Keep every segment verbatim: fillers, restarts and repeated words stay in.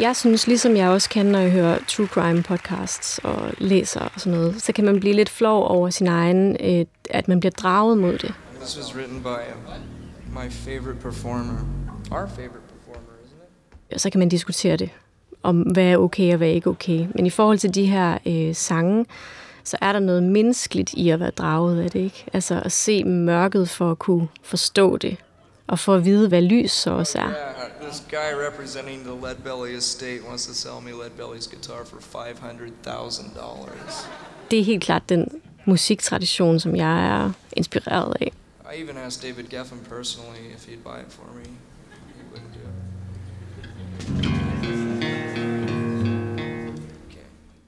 jeg synes, ligesom jeg også kan, når jeg hører true crime podcasts og læser og sådan noget, så kan man blive lidt flov over sin egen, øh, at man bliver draget mod det. This was written by my favorite performer. Our favorite performer, isn't it? Og så kan man diskutere det, om hvad er okay og hvad er ikke okay. Men i forhold til de her øh, sange, så er der noget menneskeligt i at være draget af det, ikke? Altså at se mørket for at kunne forstå det, og for at vide, hvad lys så også er. Yeah, this guy representing the Leadbelly estate wants to sell me Leadbelly's guitar for five hundred thousand dollars. Det er helt klart den musiktradition, som jeg er inspireret af. I even asked David Geffen personally if he'd buy it for me. He wouldn't do it. Okay.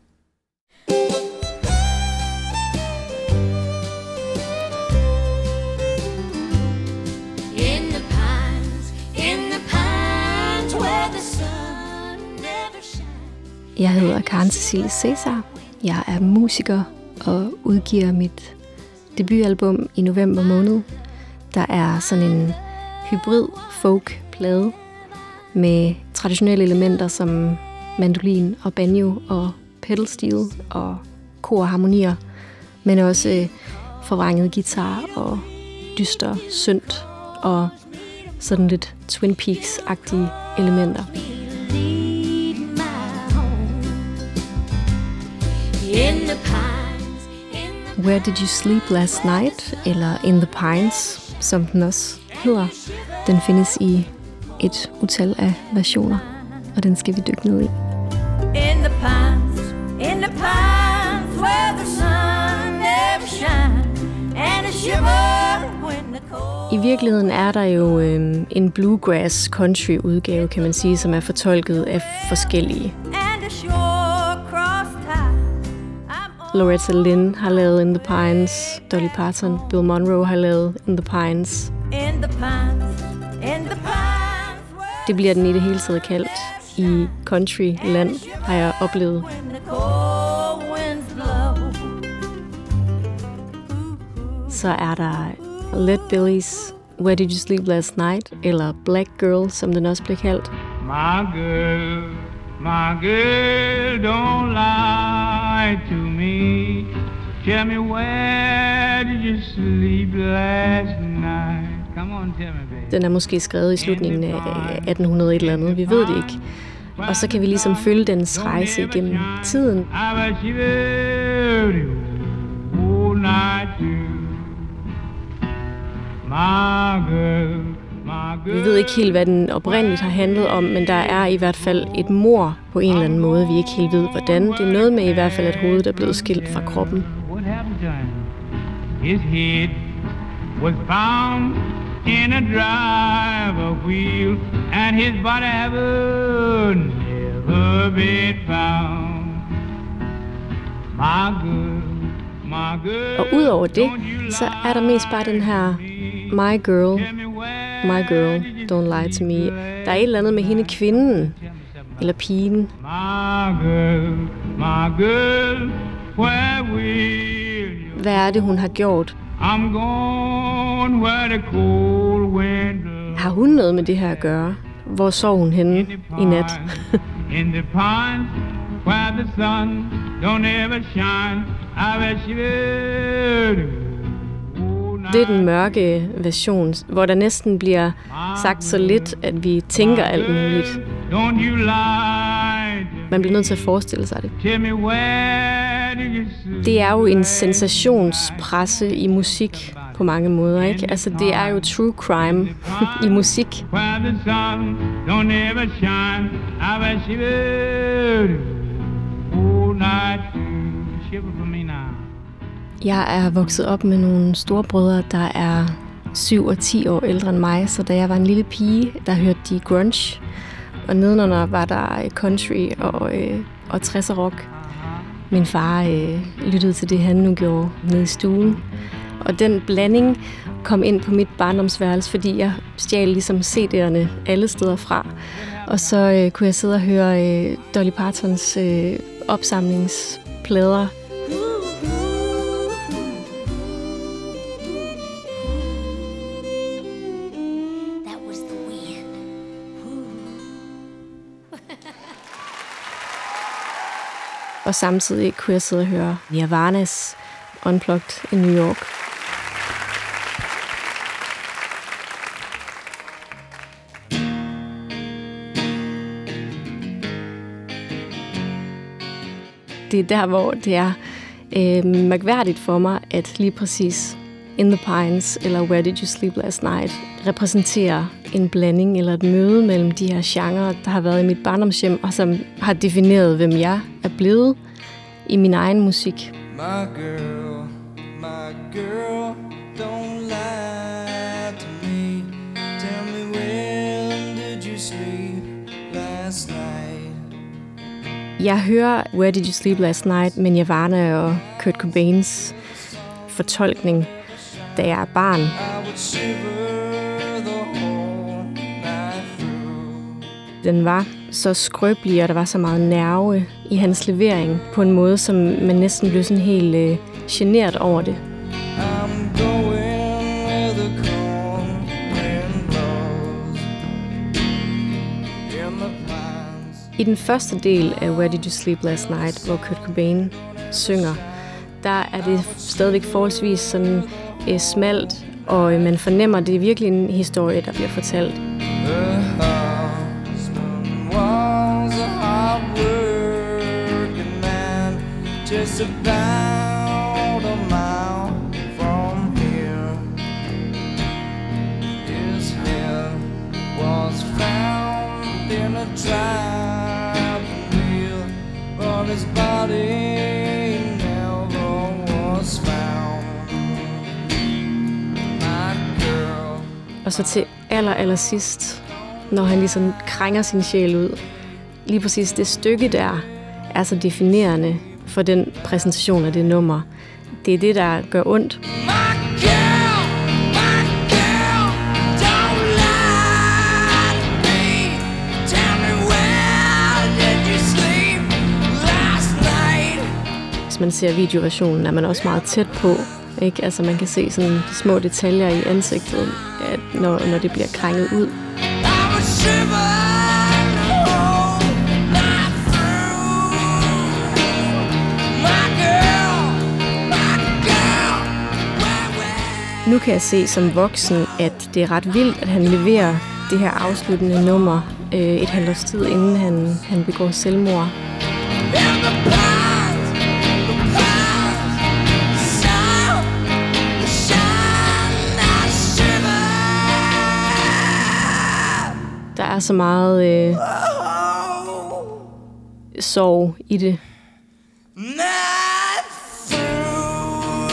In the pines, in the pines where the sun never shines. Jeg hedder Karen Cecilie Cæsar. Jeg er musiker og udgiver mit debutalbum i november måned. Der er sådan en hybrid folk-plade med traditionelle elementer som mandolin og banjo og pedal steel og korharmonier, men også forvrænget guitar og dyster synt og sådan lidt Twin Peaks-agtige elementer. In the pines, in the Where Did You Sleep Last Night? Eller In the Pines, som den også hedder. Den findes i et utal af versioner, og den skal vi dykke ned i. in the pines, in the pines where the sun never shines, and a shiver when the cold. I virkeligheden er der jo øh, en bluegrass country udgave, kan man sige, som er fortolket af forskellige. And a shore crossed high. I'm Loretta Lynn har lavet In the Pines, Dolly Parton, Bill Monroe har lavet In the Pines. in the pines, in the pines where Det bliver den i det hele taget kaldt i countryland, har jeg oplevet. when the cold winds blow. Så er der Leadbelly's Where Did You Sleep Last Night? Eller Black Girl, som den også bliver kaldt. My girl, my girl, don't lie to me. Tell me, where did you sleep last night? Come on, tell me, baby. Den er måske skrevet i slutningen af atten hundrede et eller andet, vi ved det ikke. Og så kan vi ligesom følge dens rejse igennem tiden. I bet she will do all night too. My girl, my girl. Vi ved ikke helt, hvad den oprindeligt har handlet om, men der er i hvert fald et mord på en eller anden måde, vi ikke helt ved hvordan. Det er noget med i hvert fald, at hovedet er blevet skilt fra kroppen. What happened to him? His head was found in a driver wheel, and his body ever never been found. My girl, my girl. Og udover det, så er der mest bare den her My girl, my girl, don't lie to me. Der er et eller andet med hende kvinden, eller pigen. My girl, my girl, where will you? Hvad er det, hun har gjort? I'm gone where the cold wind blows. Har hun noget med det her at gøre? Hvor sov hun henne i nat? In the pines where the sun don't ever shine, I bet she will do. Det er den mørke version, hvor der næsten bliver sagt så lidt, at vi tænker alt muligt. Don't you lie to Man bliver nødt til at forestille sig det. Tell me, where do you sleep? Det er jo en sensationspresse i musik på mange måder, ikke? Altså, det er jo true crime i musik. Where the sun don't ever shine, I bet she will do all night too. Shiver for me now. Jeg er vokset op med nogle storebrødre, der er syv og ti år ældre end mig, så da jeg var en lille pige, der hørte de grunge, og nedenunder var der country og, øh, og tresser rock. Min far øh, lyttede til det, han nu gjorde nede i stuen. Og den blanding kom ind på mit barndomsværelse, fordi jeg stjal ligesom C D'erne alle steder fra. Og så øh, kunne jeg sidde og høre øh, Dolly Partons øh, opsamlingsplader. That was the wind. Og samtidig kunne jeg sidde og høre Nirvana's Unplugged i New York. Det er der, hvor det er øh, mærkværdigt for mig, at lige præcis In the Pines eller Where Did You Sleep Last Night repræsenterer en blanding eller et møde mellem de her genrer, der har været i mit barndomshjem, og som har defineret, hvem jeg er blevet i min egen musik. My girl, my girl, don't lie to me. Tell me when did you sleep last night? Jeg hører Where Did You Sleep Last Night med Nirvana og Kurt Cobains fortolkning, da jeg er barn. I would shiver the whole night through. Den var så skrøbelig, og der var så meget nerve i hans levering på en måde, som man næsten blev sådan helt øh, genert over det. I'm going where the cold wind blows. In the pines. I den første del af Where Did You Sleep Last Night, hvor Kurt Cobain synger, der er det stadigvæk forholdsvis sådan øh, smalt, og øh, man fornemmer, at det er virkelig en historie, der bliver fortalt. Her husband was a hard-working man, just about a mile from here. His head was found in a driving wheel, but his body never was found. My girl. Og så til aller, aller sidst, når han ligesom krænger sin sjæl ud. Lige præcis det stykke der er så definerende for den præsentation af det nummer. Det er det, der gør ondt. My girl, my girl, don't lie to me. Tell me where did you sleep last night? Hvis man ser videoversionen, er man også meget tæt på. Ikke? Altså man kan se sådan de små detaljer i ansigtet, at når, når det bliver krænget ud. I would shiver the whole night through. My girl, my girl, where, where? Nu kan jeg se som voksen, at det er ret vildt, at han leverer det her afsluttende nummer øh, et halvt års tid, inden han, han begår selvmord. In the pines, the pines, sound, the shine, I shiver. Der er så meget øh, Oh, sorg i det. night through.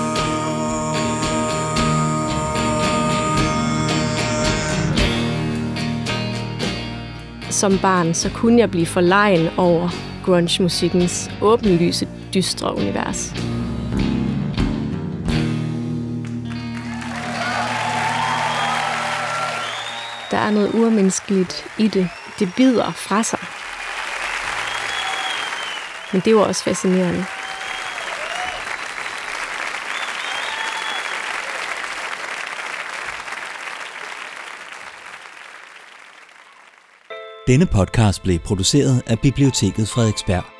Som barn, så kunne jeg blive forlegen over grunge-musikkens åbenlyse, dystre univers. Der er noget urmenneskeligt i det. Det bider fra sig. Men det var også fascinerende. Denne podcast blev produceret af Biblioteket Frederiksberg.